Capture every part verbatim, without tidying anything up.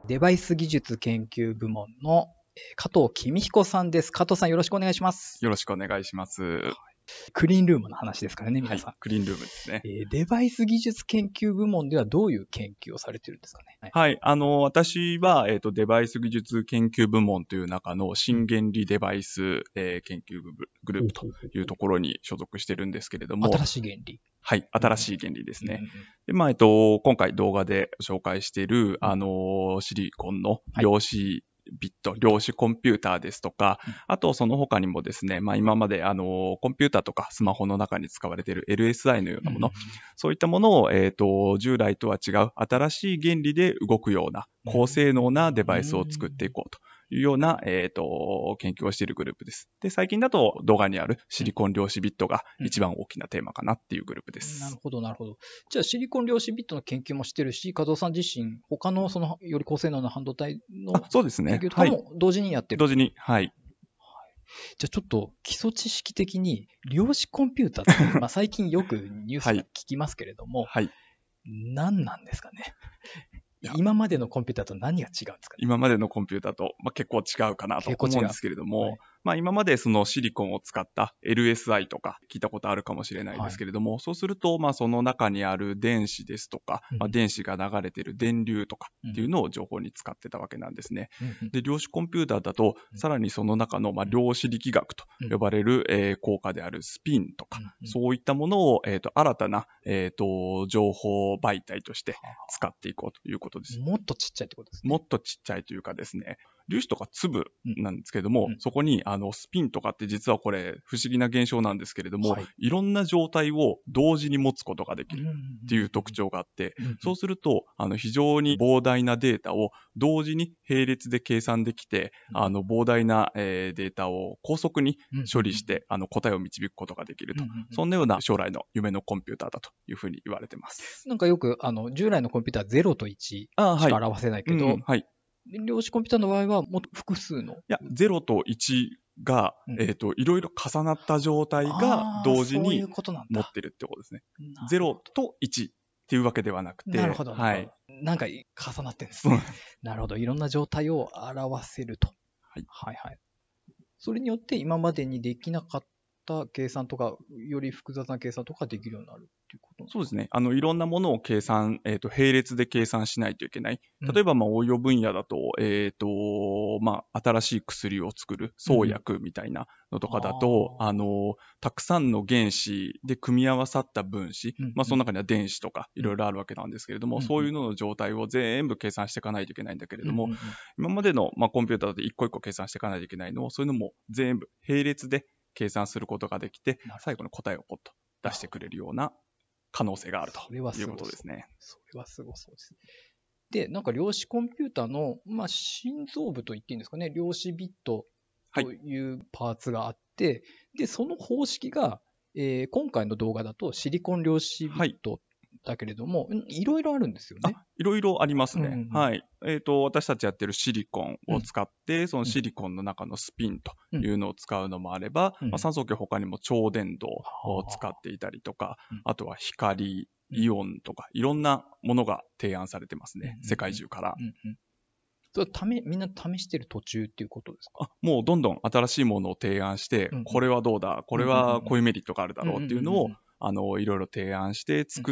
デバイス技術研究部門の加藤公彦さんです。加藤さん、よろしくお願いします。 よろしくお願いします。はい、 クリーンルームの話ですからね、皆さん。 はい、クリーンルームですね、 えー。デバイス技術研究部門ではどういう研究をされているんですかね。 はい、はい、あの、私は、えっと、デバイス技術研究部門という中の新原理デバイス、えー、研究部グループというところに所属しているんですけれども。 新しい原理。 はい、新しい原理ですね。うんうん、で、まあ、えっと、今回動画で紹介している、あの、シリコンの量子ビット、はい、量子コンピューターですとか、うん、あとその他にもですね、まあ今まであの、コンピューターとかスマホの中に使われている エルエスアイ のようなもの、うん、そういったものを、えっと、従来とは違う新しい原理で動くような高性能なデバイスを作っていこうというような、えっと、研究をしているグループです。で、最近だと動画にあるシリコン量子ビットが一番大きなテーマかなっていうグループです。 うん、なるほど、なるほど。じゃあシリコン量子ビットの研究もしてるし、加藤さん自身、他のそのより高性能な半導体の研究とかも同時にやってる。 同時に、はい。 じゃあちょっと基礎知識的に量子コンピューターって、まあ、最近よくニュースで聞きますけれども、はい、何なんですかね。今までのコンピューターと何が違うんですかね。 今までのコンピューターと、まあ、結構違うかなと思うんですけれども、はい、まあ、今までそのシリコンを使った エルエスアイ とか聞いたことあるかもしれないですけれども、はい、そうすると、まあ、その中にある電子ですとか、うん、まあ、電子が流れている電流とかっていうのを情報に使ってたわけなんですね。うん、で、量子コンピューターだと、さらにその中の、まあ、量子力学と呼ばれる、えー、効果であるスピンとか、うん、そういったものを、えーと、新たな、えーと、情報媒体として使っていこうということです。 もっとちっちゃいってことですね。 もっとちっちゃいというかですね、粒子とか粒なんですけれども、うん、そこにあのスピンとかって実はこれ不思議な現象なんですけれども、はい、いろんな状態を同時に持つことができるっていう特徴があって、うんうん、そうするとあの非常に膨大なデータを同時に並列で計算できて、うん、あの膨大な、えー、データを高速に処理して、うん、あの答えを導くことができると、うんうんうん、そんなような将来の夢のコンピューターだというふうに言われてます。 なんかよくあの従来のコンピューターはゼロといちしか表せないけど、 はいうんはい、 量子コンピューターの場合はもっと複数の。いや、ゼロといちが、うん、えっと、いろいろ重なった状態が同時に持ってるってことですね。ゼロといちっていうわけではなくて。 なるほど。はい。なんか重なってるんですね。なるほど。いろんな状態を表せると。はい。はいはい。それによって今までにできなかった計算とか、より複雑な計算とかできるようになるっていうことなんですか？ そうですね。あの、いろんなものを計算、えっと、並列で計算しないといけない。例えば、まあ、応用分野だと、うん、えっと、まあ、新しい薬を作る創薬みたいなのとかだと、うん、あの、たくさんの原子で組み合わさった分子、うん、まあ、その中には電子とかいろいろあるわけなんですけれども、うん、そういうのの状態を全部計算していかないといけないんだけれども、うん、今までの、まあ、コンピューターで一個一個計算していかないといけないのを、そういうのも全部並列で計算することができて、最後の答えをポッと出してくれるような可能性があるということですね。 それはすごそうですね。で、なんか量子コンピューターの、まあ、心臓部と言っていいんですかね、量子ビットというパーツがあって、はい、で、その方式が、えー、今回の動画だとシリコン量子ビットだけれども、はい、いろいろあるんですよね。 いろいろありますね。うんうん、はい。えっと、私たちやってるシリコンを使って、うん、そのシリコンの中のスピンというのを使うのもあれば、うんまあ、酸素系他にも超電導を使っていたりとか、うん、あとは光、イオンとか、いろんなものが提案されてますね。うん、世界中から。うんうん、 それためみんな試してる途中っていうことですか？ あもうどんどん新しいものを提案して、うんうん、これはどうだ、これはこういうメリットがあるだろうっていうのを、あの、いろいろ提案して作って、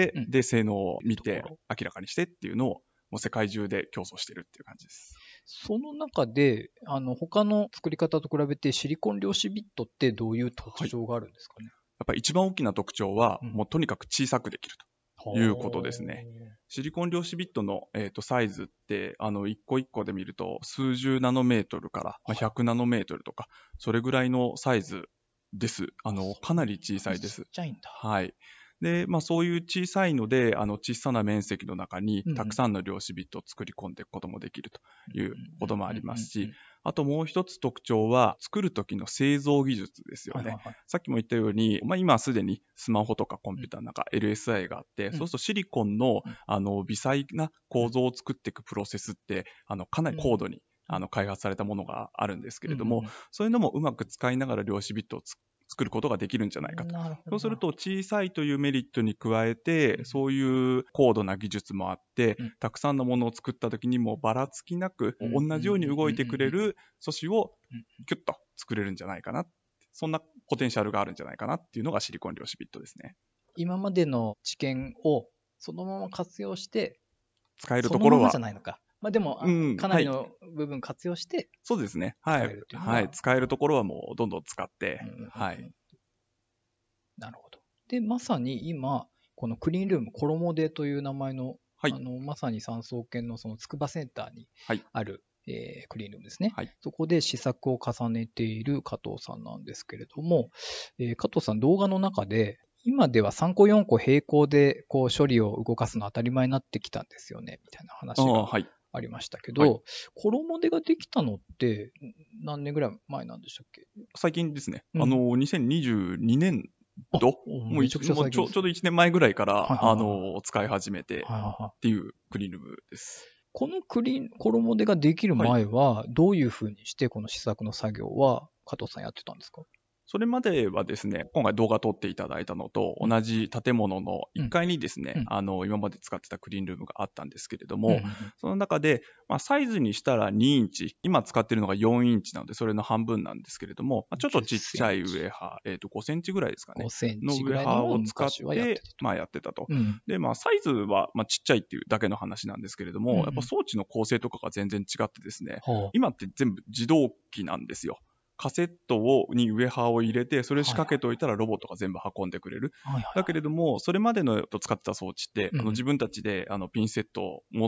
うんうん、で、性能を見て明らかにしてっていうのを、もう世界中で競争してるっていう感じです。 その中で、あの、他の作り方と比べてシリコン量子ビットってどういう特徴があるんですかね？はい、 やっぱり一番大きな特徴は、うん、もうとにかく小さくできるということですね。シリコン量子ビットの、えーと、サイズって、あの、一個一個で見ると、数十ナノメートルから、まあ、ひゃくナノメートルとか、それぐらいのサイズです。あの、かなり小さいです。 ちっちゃいんだ。 はい。で、まあそういう小さいので、あの小さな面積の中にたくさんの量子ビットを作り込んでいくこともできるということもありますし、あともう一つ特徴は、作る時の製造技術ですよね。はいはいはい、さっきも言ったように、まあ今すでにスマホとかコンピューターの中 エルエスアイ があって、うん、そうするとシリコンの、あの微細な構造を作っていくプロセスって、あのかなり高度に、あの開発されたものがあるんですけれども、うんうん、そういうのもうまく使いながら量子ビットを作ることができるんじゃないかと。 なるほど。 そうすると小さいというメリットに加えて、うん、そういう高度な技術もあって、うん、たくさんのものを作った時にもばらつきなく、うん、同じように動いてくれる素子をキュッと作れるんじゃないかな。そんなポテンシャルがあるんじゃないかなっていうのがシリコン量子ビットですね。 今までの知見をそのまま活用して、 使えるところは。そのままじゃないのか。まあでも、うん、かなりの部分活用して、 そうですね。はい。はい。使えるところはもうどんどん使って、うん、はい。 なるほど。で、まさに今、このクリーンルーム、コロモデという名前の、はい、あのまさに産総研のその筑波センターにある、はい、えー、クリーンルームですね、はい。そこで試作を重ねている加藤さんなんですけれども、えー、加藤さん、動画の中で、今ではさんこよんこ並行でこう処理を動かすの当たり前になってきたんですよね、みたいな話がありましたけど、はいはい、コロモデができたのって何年ぐらい前なんでしたっけ？ 最近ですね。うん、あの、にせんにじゅうにねんどもうちょちょうどいちねんまえぐらいから、はいはいはい、あの使い始めてっていうクリーンルームです。 このクリーン、コロモデができる前は、どういうふうにしてこの試作の作業は加藤さんやってたんですか？ それまではですね、今回動画撮っていただいたのと同じ建物のいっかいにですね、うん、あの今まで使ってたクリーンルームがあったんですけれども、うんうんうん、その中で、まあ、サイズにしたらにインチ、今使ってるのがよんインチなのでそれの半分なんですけれども、まあ、ちょっとちっちゃいウェハー、えー、とごセンチぐらいですかね、 ごセンチのウェハーを使ってまあ、やってたと。うん、で、まあ、サイズはまあちっちゃいっていうだけの話なんですけれども、うんうん、やっぱ装置の構成とかが全然違ってですね、うん、今って全部自動機なんですよ。カセットをにウェハーを入れて、それ仕掛けておいたらロボットが全部運んでくれる。はいはいはい、だけれども、それまでの使ってた装置って、うん、あの自分たちであのピンセットを持って、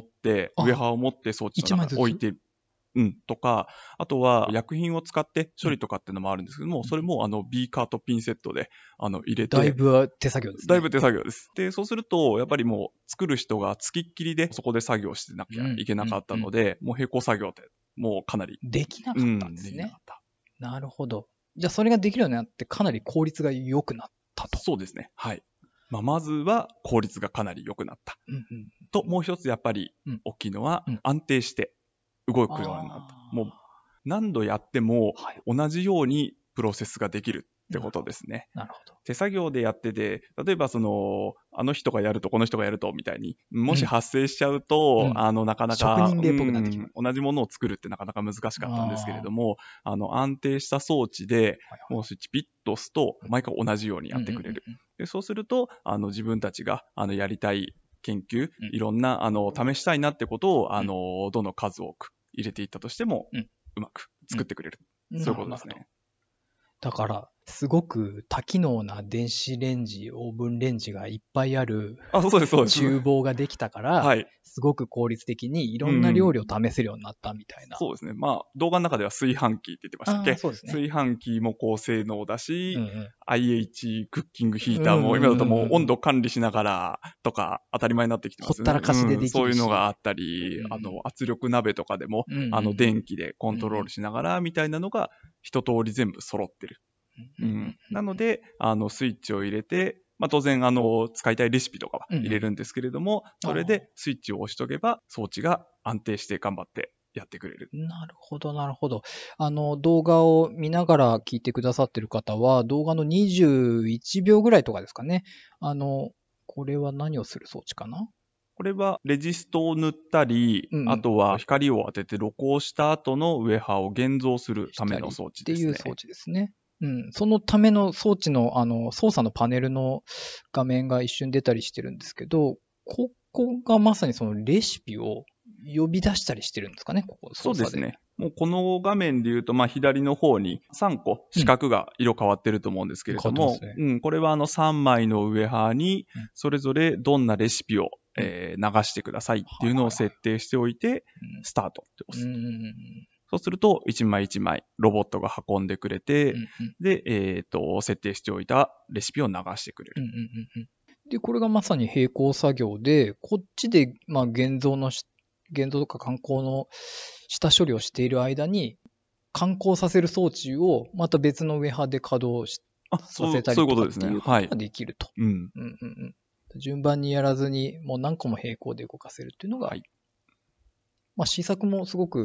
ウェハーを持って装置の中に置いて、うん、とか、あとは薬品を使って処理とかっていうのもあるんですけども、うん、それもあのビーカーとピンセットであの入れて。 だいぶ手作業ですね。 だいぶ手作業です。で、そうすると、やっぱりもう作る人がつきっきりでそこで作業してなきゃいけなかったので、うんうんうん、もう並行作業ってもうかなり。 できなかったんですね。うん、できなかった。なるほど。じゃあそれができるようになってかなり効率が良くなったと。 そうですね。はい。まあ、まずは効率がかなり良くなった。うんうん、と、もう一つやっぱり大きいのは安定して動くようになった。うん、もう何度やっても同じようにプロセスができるってことですね。 なるほど。 手作業でやってて、例えばその、あの人がやるとこの人がやるとみたいに、もし発生しちゃうと、うん、あの、なかなか、 職人芸っぽくなってきます。 同じものを作るってなかなか難しかったんですけれども、あの、安定した装置で、もうスイッチピッと押すと、毎回同じようにやってくれる。でそうすると、あの、自分たちが、あの、やりたい研究、いろんな、あの、試したいなってことを、あの、どんどん数多く入れていったとしても、うまく作ってくれる。うん、そういうことですね。 だから、すごく多機能な電子レンジ、オーブンレンジがいっぱいある厨房ができたから、はい、すごく効率的にいろんな料理を試せるようになったみたいな。 うん、そうですね。まあ、動画の中では炊飯器って言ってましたっけ？そうですね。炊飯器も高性能だし、うんうん、アイエイチ クッキングヒーターも今だともう温度管理しながらとか当たり前になってきてますね。 ほったらかしでできるし、 うん、そういうのがあったり、うん、あの圧力鍋とかでも、うんうん、あの電気でコントロールしながらみたいなのが一通り全部揃ってる。うん、なので、あの、スイッチを入れて、まあ、当然、あの、使いたいレシピとかは入れるんですけれども、うん、それでスイッチを押しとけば、装置が安定して頑張ってやってくれる。 なるほど、なるほど。あの、動画を見ながら聞いてくださってる方は、動画のにじゅういちびょうぐらいとかですかね。あの、これは何をする装置かな？ これはレジストを塗ったり、うん、あとは光を当てて露光した後のウェハーを現像するための装置ですね。 っていう装置ですね。うん、そのための装置の、あの、操作のパネルの画面が一瞬出たりしてるんですけど、ここがまさにそのレシピを呼び出したりしてるんですかね、ここ操作で。 そうですね。もうこの画面で言うと、まあ左の方にさんこ四角が色変わってると思うんですけれども、うん、うん、これはあのさんまいのウェハーにそれぞれどんなレシピを、うんえー、流してくださいっていうのを設定しておいて、スタートって押す。うんそうすると、一枚一枚ロボットが運んでくれて、うんうん、で、えっと、設定しておいたレシピを流してくれる。うんうんうん、で、これがまさに並行作業で、こっちで、まあ、現像の、現像とか観光の下処理をしている間に、観光させる装置をまた別のウェハで稼働しさせたりとかっていうことができると。うんうんうんうん、順番にやらずに、もう何個も並行で動かせるっていうのが、はい、まあ、試作もすごく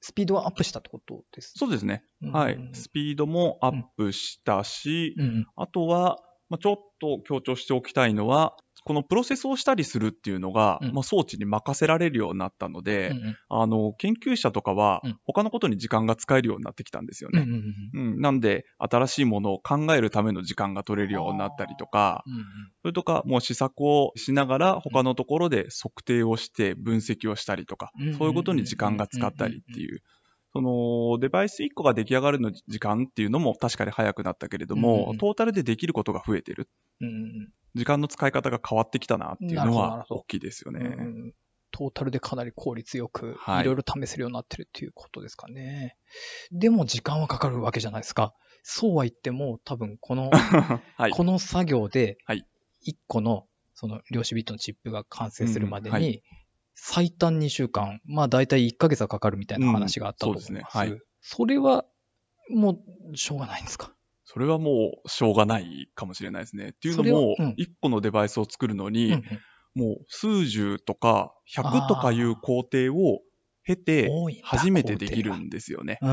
スピードはアップしたってことです。 そうですね。はい。スピードもアップしたし、 うんうん、 あとは、まあ、ちょっと強調しておきたいのは、このプロセスをしたりするっていうのが、うん、まあ、装置に任せられるようになったので、うんうん、あの、研究者とかは、他のことに時間が使えるようになってきたんですよね。うんうんうん、なんで、新しいものを考えるための時間が取れるようになったりとか、うんうん、それとか、もう試作をしながら、他のところで測定をして分析をしたりとか、うん、そういうことに時間が使ったりっていう、そのデバイスいっこが出来上がるの時間っていうのも確かに早くなったけれども、うんうん、トータルでできることが増えてる、うんうん。時間の使い方が変わってきたなっていうのは大きいですよね。うん、 トータルでかなり効率よく、いろいろ試せるようになってるっていうことですかね。でも時間はかかるわけじゃないですか。そうは言っても、多分この、はい、この作業で、いっこのその量子ビットのチップが完成するまでに、うんはい最短にしゅうかん、まあ大体いっかげつはかかるみたいな話があったと思います。うん、そうですね。はい。それはもうしょうがないんですか？ それはもうしょうがないかもしれないですね。っていうのも、うん、いっこのデバイスを作るのに、うんうん、もう数十とかひゃくとかいう工程を経て初めてできるんですよね。うん、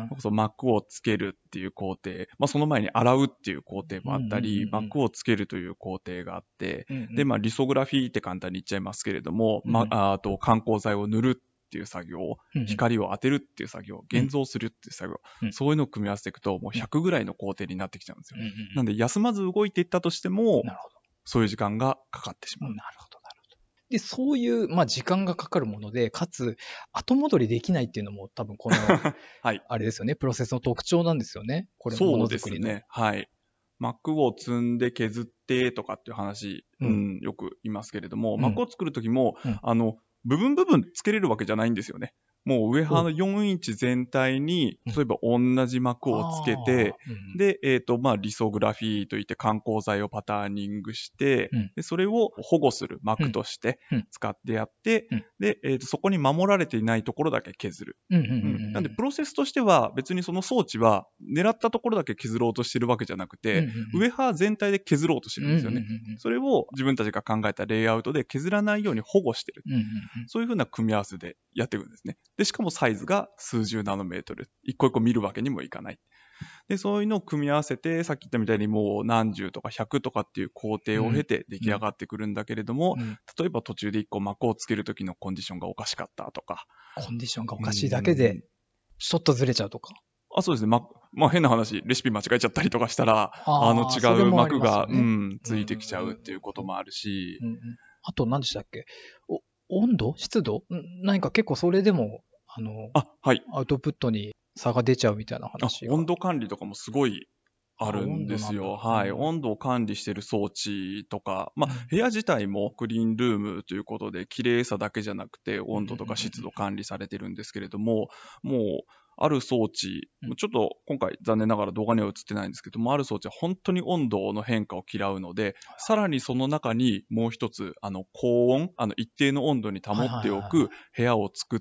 そ膜をつけるっていう工程、まあ、その前に洗うっていう工程もあったり、うんうんうん、膜をつけるという工程があって、うんうん、で、まあ、リソグラフィーって簡単に言っちゃいますけれども、うん、まあ、あと観光剤を塗るっていう作業、うん、光を当てるっていう作業、現像するっていう作業、うん、そういうのを組み合わせていくと、もうひゃくぐらいの工程になってきちゃうんですよ。うんうんうん、なんで、休まず動いていったとしても、なるほどそういう時間がかかってしまう。 なるほど。で、そういう、まあ、時間がかかるもので、かつ、後戻りできないっていうのも多分この、はい、あれですよね、プロセスの特徴なんですよね。これ、ものづくりの。そうですね。 はい。膜を積んで削ってとかっていう話、うん、うん、よく言いますけれども、うん、膜を作るときも、うん、あの、部分部分つけれるわけじゃないんですよね。もうウェハーのよんインチ全体に、例えば同じ膜をつけて、うん、で、えっと、まあ、リソグラフィーといって観光剤をパターニングして、うん、でそれを保護する膜として使ってやって、うん、で、えっと、そこに守られていないところだけ削る。なんで、プロセスとしては別にその装置は狙ったところだけ削ろうとしてるわけじゃなくて、うんうんうん、ウェハー全体で削ろうとしてるんですよね、うんうんうん。それを自分たちが考えたレイアウトで削らないように保護してる。うんうんうん、そういうふうな組み合わせでやっていくんですね。で、しかもサイズが数十ナノメートル。一個一個見るわけにもいかない。で、そういうのを組み合わせて、さっき言ったみたいにもう何十とかひゃくとかっていう工程を経て出来上がってくるんだけれども、うんうん、例えば途中で一個膜をつけるときのコンディションがおかしかったとか。 コンディションがおかしいだけで、ちょっとずれちゃうとか。 あ、そうですね。ま、まあ、変な話、レシピ間違えちゃったりとかしたら、あ, あの違う膜が、ね、うん、ついてきちゃうっていうこともあるし。うんうん、 あと何でしたっけ？お温度湿度何か結構それでも、あの、 あ、はい、 アウトプットに差が出ちゃうみたいな話が。 温度管理とかもすごいあるんですよ。はい。温度を管理してる装置とか、まあ、うん、部屋自体もクリーンルームということで、綺麗さだけじゃなくて、温度とか湿度管理されてるんですけれども、もう、ある装置、ちょっと今回残念ながら動画には映ってないんですけども、ある装置は本当に温度の変化を嫌うので、さらにその中にもう一つ、あの、高温、あの、一定の温度に保っておく部屋を作って、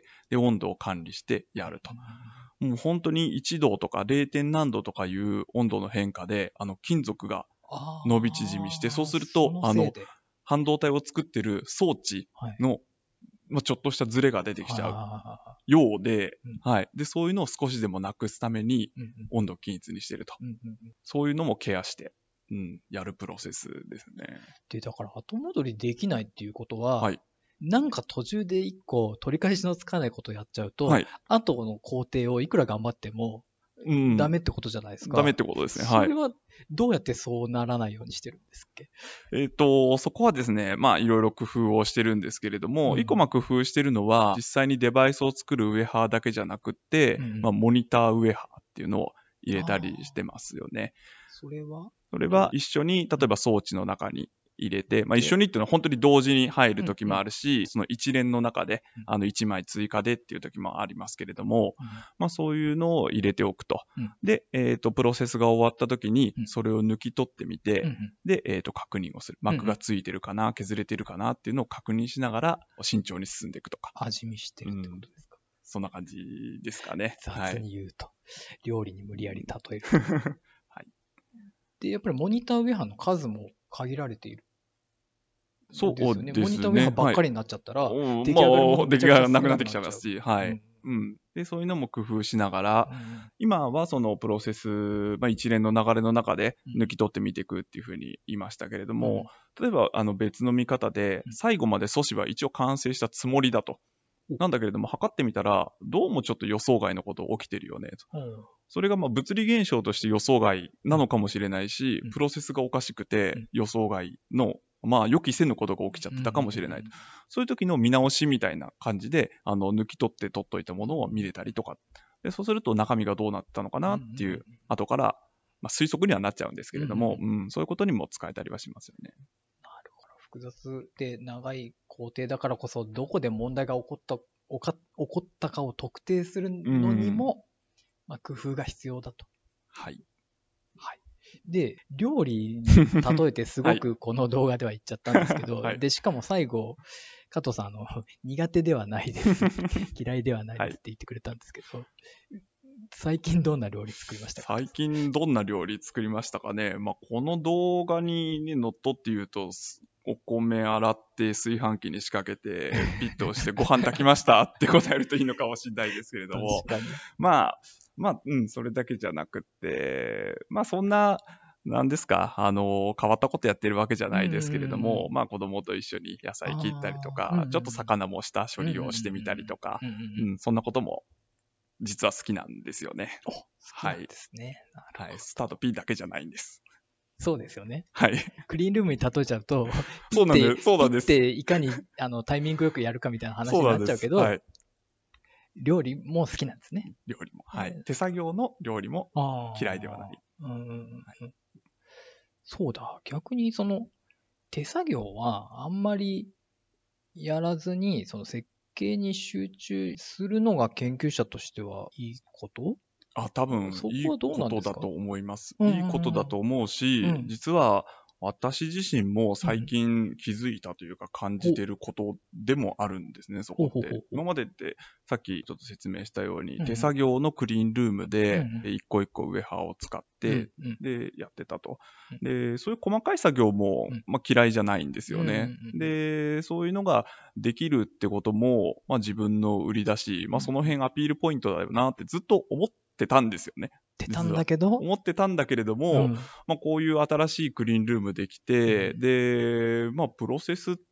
で、温度を管理してやると。もう本当にいちどとか れいてん 何度とかいう温度の変化で、あの、金属が伸び縮みして、そうすると、あの、半導体を作ってる装置の、はいまあ、ちょっとしたズレが出てきちゃうようで、うん、はい。で、そういうのを少しでもなくすために、温度を均一にしてると。うんうんうん、そういうのもケアして、うん、やるプロセスですね。 で、だから後戻りできないっていうことは、はい、なんか途中で一個取り返しのつかないことをやっちゃうと、はい、後の工程をいくら頑張っても、うん、ダメってことじゃないですか。 ダメってことですね。はい。 それはどうやってそうならないようにしてるんですっけ？ えっと、そこはですね、まあいろいろ工夫をしてるんですけれども、うん、一個まあ工夫してるのは、実際にデバイスを作るウェハーだけじゃなくって、うん、まあモニターウェハーっていうのを入れたりしてますよね。 それはそれは一緒に、例えば装置の中に入れて、まあ、一緒にっていうのは本当に同時に入る時もあるし、うんうん、その一連の中で、あのいちまい追加でっていう時もありますけれども、うん、まあそういうのを入れておくと。うん、で、えっと、プロセスが終わった時に、それを抜き取ってみて、うん、で、えっと、確認をする。膜がついてるかな、削れてるかなっていうのを確認しながら、慎重に進んでいくとか。 味見してるってことですか？うん、 そんな感じですかね。 雑に言うと、はい、料理に無理やり例える。はい。で、やっぱりモニターウェハーの数も限られている。 そうですね。モニターウェハーばっかりになっちゃったら、 はい、出来上がりも出来上がらなくなってきちゃいますし、はい、うん。 うん。で、そういうのも工夫しながら、 うん、 今はそのプロセス、まあ、一連の流れの中で抜き取ってみていくっていうふうに言いましたけれども、うん、例えばあの別の見方で、最後まで素子は一応完成したつもりだと。うん、なんだけれども、測ってみたら、どうもちょっと予想外のこと起きてるよねと。うん、それがまあ物理現象として予想外なのかもしれないし、うん、プロセスがおかしくて予想外の、まあ予期せぬことが起きちゃってたかもしれないと。うん、そういう時の見直しみたいな感じで、あの、抜き取って取っといたものを見れたりとか。で、そうすると中身がどうなったのかなっていう、後から、まあ、推測にはなっちゃうんですけれども、うん、うん、そういうことにも使えたりはしますよね。 なるほど。複雑で長い工程だからこそ、どこで問題が起こった、起こったかを特定するのにも、うん、まあ、工夫が必要だと。 はい。 はい。で、料理に例えてすごくこの動画では言っちゃったんですけど、はい、で、しかも最後、加藤さん、あの、苦手ではないです。嫌いではないですって言ってくれたんですけど、はい、最近どんな料理作りましたか？ 最近どんな料理作りましたかね。まあ、この動画に、ね、のっとって言うと、お米洗って炊飯器に仕掛けて、ピッと押してご飯炊きましたって答えるといいのかもしれないですけれども、 確かに。 まあ、まあ、うん、それだけじゃなくって、まあ、そんな、なんですか、あの、変わったことやってるわけじゃないですけれども、まあ、子供と一緒に野菜切ったりとか、ちょっと魚も下処理をしてみたりとか、うん、そんなことも、実は好きなんですよね。 お、好きなんですね。 はい。はい。スタート P だけじゃないんです。 そうですよね。 はい。 クリーンルームに例えちゃうと、 そうなんです。そうなんです。 ピッていかにあのタイミングよくやるかみたいな話になっちゃうけど、はい、料理も好きなんですね。 料理も。はい。手作業の料理も嫌いではない。 うん、はい、そうだ。逆にその手作業はあんまりやらずに、その設計に集中するのが研究者としてはいいこと？ あ、多分、いいことだと思います。いいことだと思うし、うん、実は私自身も最近気づいたというか感じてることでもあるんですね、うん、そこって。今までってさっきちょっと説明したように、うん、手作業のクリーンルームで一個一個ウェハーを使って、うん、でやってたと。で、そういう細かい作業も、まあ、嫌いじゃないんですよね。で、そういうのができるってことも、まあ、自分の売りだし、まあ、その辺アピールポイントだよなってずっと思ってってたんですよね。 ってたんだけど思ってたんだけれども、うん、まあ、こういう新しいクリーンルームできて、うん、で、まあ、プロセスって、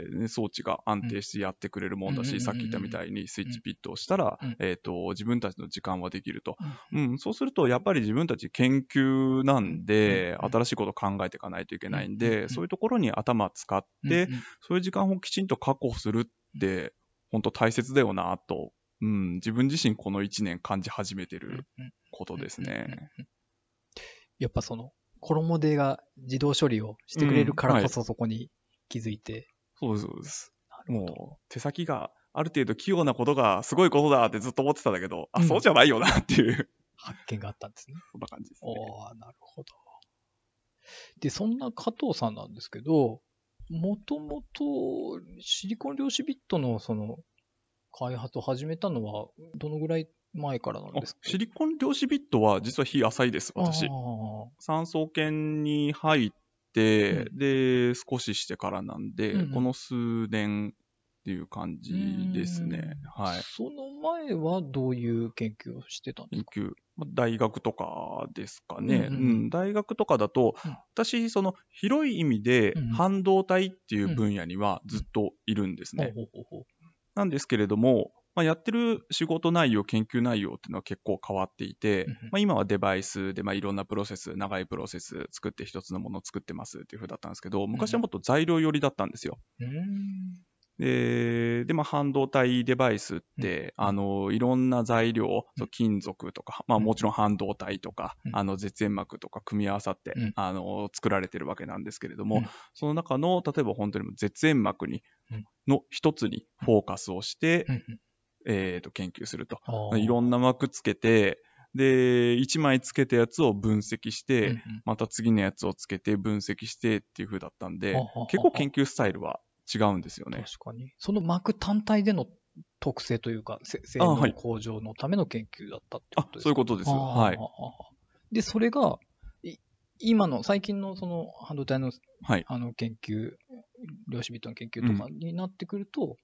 ね、装置が安定してやってくれるもんだし、うん、さっき言ったみたいにスイッチピットをしたら、うん、えっと、自分たちの時間はできると。うん、そうすると、やっぱり自分たち研究なんで、新しいことを考えていかないといけないんで、そういうところに頭使って、そういう時間をきちんと確保するって、本当大切だよな、と。うん、自分自身このいちねん感じ始めてることですね。 やっぱその衣手が自動処理をしてくれるからこそそこに気づいて。 うんはい、そうです、そうです。もう手先がある程度器用なことがすごいことだってずっと思ってたんだけど、うん、あ、そうじゃないよなっていう。 発見があったんですね。 そんな感じですね。 おー、なるほど。で、そんな加藤さんなんですけど、もともとシリコン量子ビットのその開発を始めたのは、どのぐらい前からなんですか？ シリコン量子ビットは実は日浅いです、私。産総研に入って、うん、で、少ししてからなんで、うんうん、この数年っていう感じですね。はい。 その前はどういう研究をしてたんですか？ 研究。大学とかですかね。うん、うんうん、大学とかだと、うん、私、その広い意味で半導体っていう分野にはずっといるんですね。なんですけれども、まあ、やってる仕事内容、研究内容っていうのは結構変わっていて、まあ、今はデバイスでまあいろんなプロセス、長いプロセス作って一つのものを作ってますっていう風だったんですけど、昔はもっと材料寄りだったんですよ。うんで、でまあ、半導体デバイスって、うん、あのいろんな材料、うん、金属とか、まあ、もちろん半導体とか、うん、あの絶縁膜とか組み合わさって、うん、あの作られてるわけなんですけれども、うん、その中の例えば本当に絶縁膜にの一つにフォーカスをして、うん、えー、と研究すると。いろんな膜つけて、で、いちまいつけたやつを分析して、うん、また次のやつをつけて分析してっていう風だったんで、結構研究スタイルは違うんですよね。 確かに。その膜単体での特性というか、性能向上のための研究だったってことですか？ あ、そういうことです。はい。 で、それが、今の、最近のその半導体の、はい、あの研究、量子ビットの研究とかになってくると、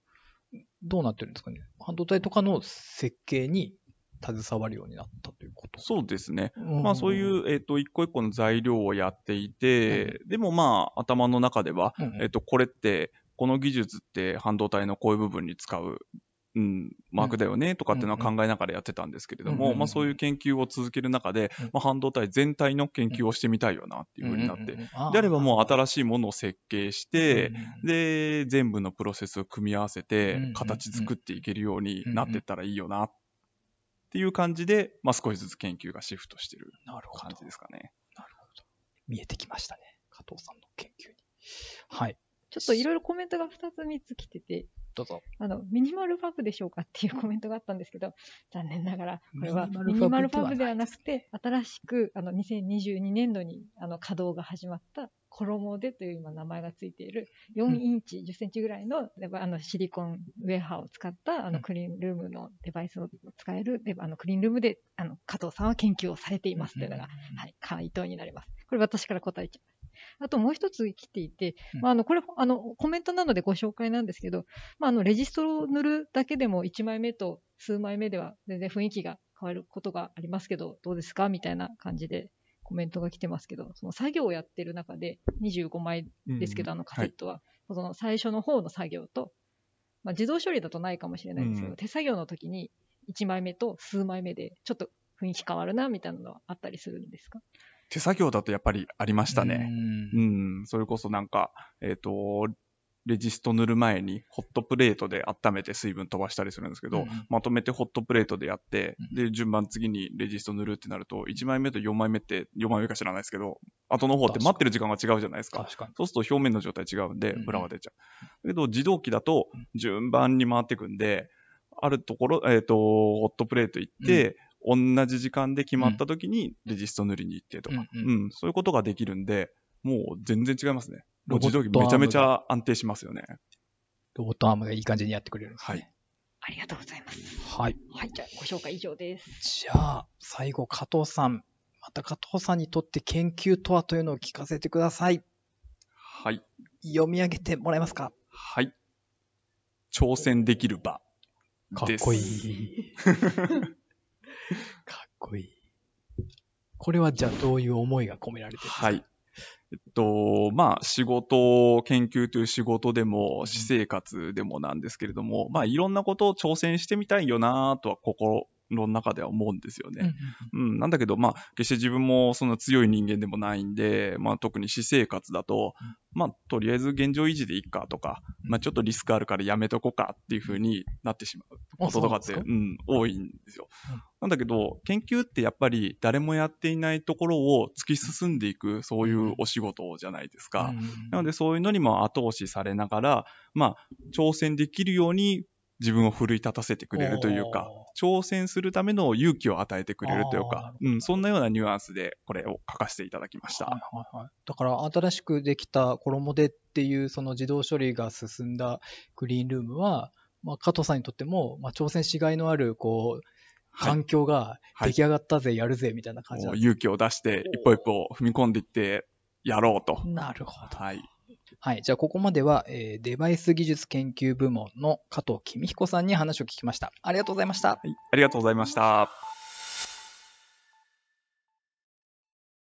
どうなってるんですかね。半導体とかの設計に携わるようになったということ。 そうですね。 うん、 まあそういう、えっと、一個一個の材料をやっていて、うん、でもまあ頭の中では、うん、えっと、これって、この技術って半導体のこういう部分に使う、うん、マークだよねとかっていうのは考えながらやってたんですけれども、まあそういう研究を続ける中で、まあ、半導体全体の研究をしてみたいよなっていうふうになって、であればもう新しいものを設計して、で、全部のプロセスを組み合わせて、形作っていけるようになってったらいいよなっていう感じで、まあ少しずつ研究がシフトしてる感じですかね。 なるほど。見えてきましたね。加藤さんの研究に。はい。 ちょっといろいろコメントがふたつみっつ来てて、 どうぞ。 あの、ミニマルファブでしょうかっていうコメントがあったんですけど、残念ながら、これはミニマルファブではなくて、新しく、あの、にせんにじゅうにねんどに、あの、稼働が始まった衣でという今名前がついているよんインチ、じゅっセンチぐらいの、あの、シリコンウェハーを使った、あの、クリーンルームのデバイスを使える、あの、クリーンルームで、あの、加藤さんは研究をされていますというのが、はい、回答になります。これ私から答えちゃいます。あともう一つ来ていて、まあ、あのこれあのコメントなのでご紹介なんですけど、まあ、あのレジストを塗るだけでもいちまいめと数枚目では全然雰囲気が変わることがありますけど、どうですかみたいな感じでコメントが来てますけど、その作業をやってる中でにじゅうごまいですけど、うん、あのカセットは、はい、その最初の方の作業と、まあ、自動処理だとないかもしれないんですけど、うん、手作業の時にいちまいめと数枚目でちょっと雰囲気変わるなみたいなのはあったりするんですか？ 手作業だとやっぱりありましたね。うん、うん。それこそなんか、えっと、レジスト塗る前にホットプレートで温めて水分飛ばしたりするんですけど、うん、まとめてホットプレートでやって、うん、で、順番次にレジスト塗るってなると、いちまいめとよんまいめって、よんまいめか知らないですけど、後の方って待ってる時間が違うじゃないですか。 確かに。 そうすると表面の状態違うんで、ムラが出ちゃう。だけど、自動機だと順番に回っていくんで、あるところ、えっと、ホットプレート行って、うん、同じ時間で決まった時にレジスト塗りに行ってとか、うんうんうん、そういうことができるんで、もう全然違いますね。もう自動機めちゃめちゃ安定しますよね。 ロボットアームがいい感じにやってくれるんですね。 はい。ありがとうございます。 はい。 はい、じゃあご紹介以上です。 じゃあ、最後、加藤さん。また加藤さんにとって研究とはというのを聞かせてください。 はい。 読み上げてもらえますか？ はい。挑戦できる場です。 かっこいい。かっこいい。これはじゃあどういう思いが込められているんですか？ はい。えっと、まあ、仕事、研究という仕事でも、私生活でもなんですけれども、まあ、いろんなことを挑戦してみたいよなとは、心の中では思うんですよね。うん、うんうん、なんだけど、まあ、決して自分もそんな強い人間でもないんで、まあ、特に私生活だと、まあ、とりあえず現状維持でいいかとか、まあ、ちょっとリスクあるからやめとこうかっていうふうになってしまうこととかって、うん、多いんですよ。うん、なんだけど、研究ってやっぱり誰もやっていないところを突き進んでいく、そういうお仕事じゃないですか。うん、なので、そういうのにも後押しされながら、まあ、挑戦できるように自分を奮い立たせてくれるというか、挑戦するための勇気を与えてくれるというか、うん、そんなようなニュアンスでこれを書かせていただきました。 はいはいはい、だから新しくできた衣でっていうその自動処理が進んだクリーンルームは、まあ、加藤さんにとっても、まあ、挑戦しがいのあるこう環境が出来上がったぜ、はい、やるぜみたいな感じなんです、 勇気を出して一歩一歩踏み込んでいってやろうと。 なるほど。 はい。 はい。じゃあ、ここまでは、えー、デバイス技術研究部門の加藤公彦さんに話を聞きました。ありがとうございました。はい、ありがとうございました。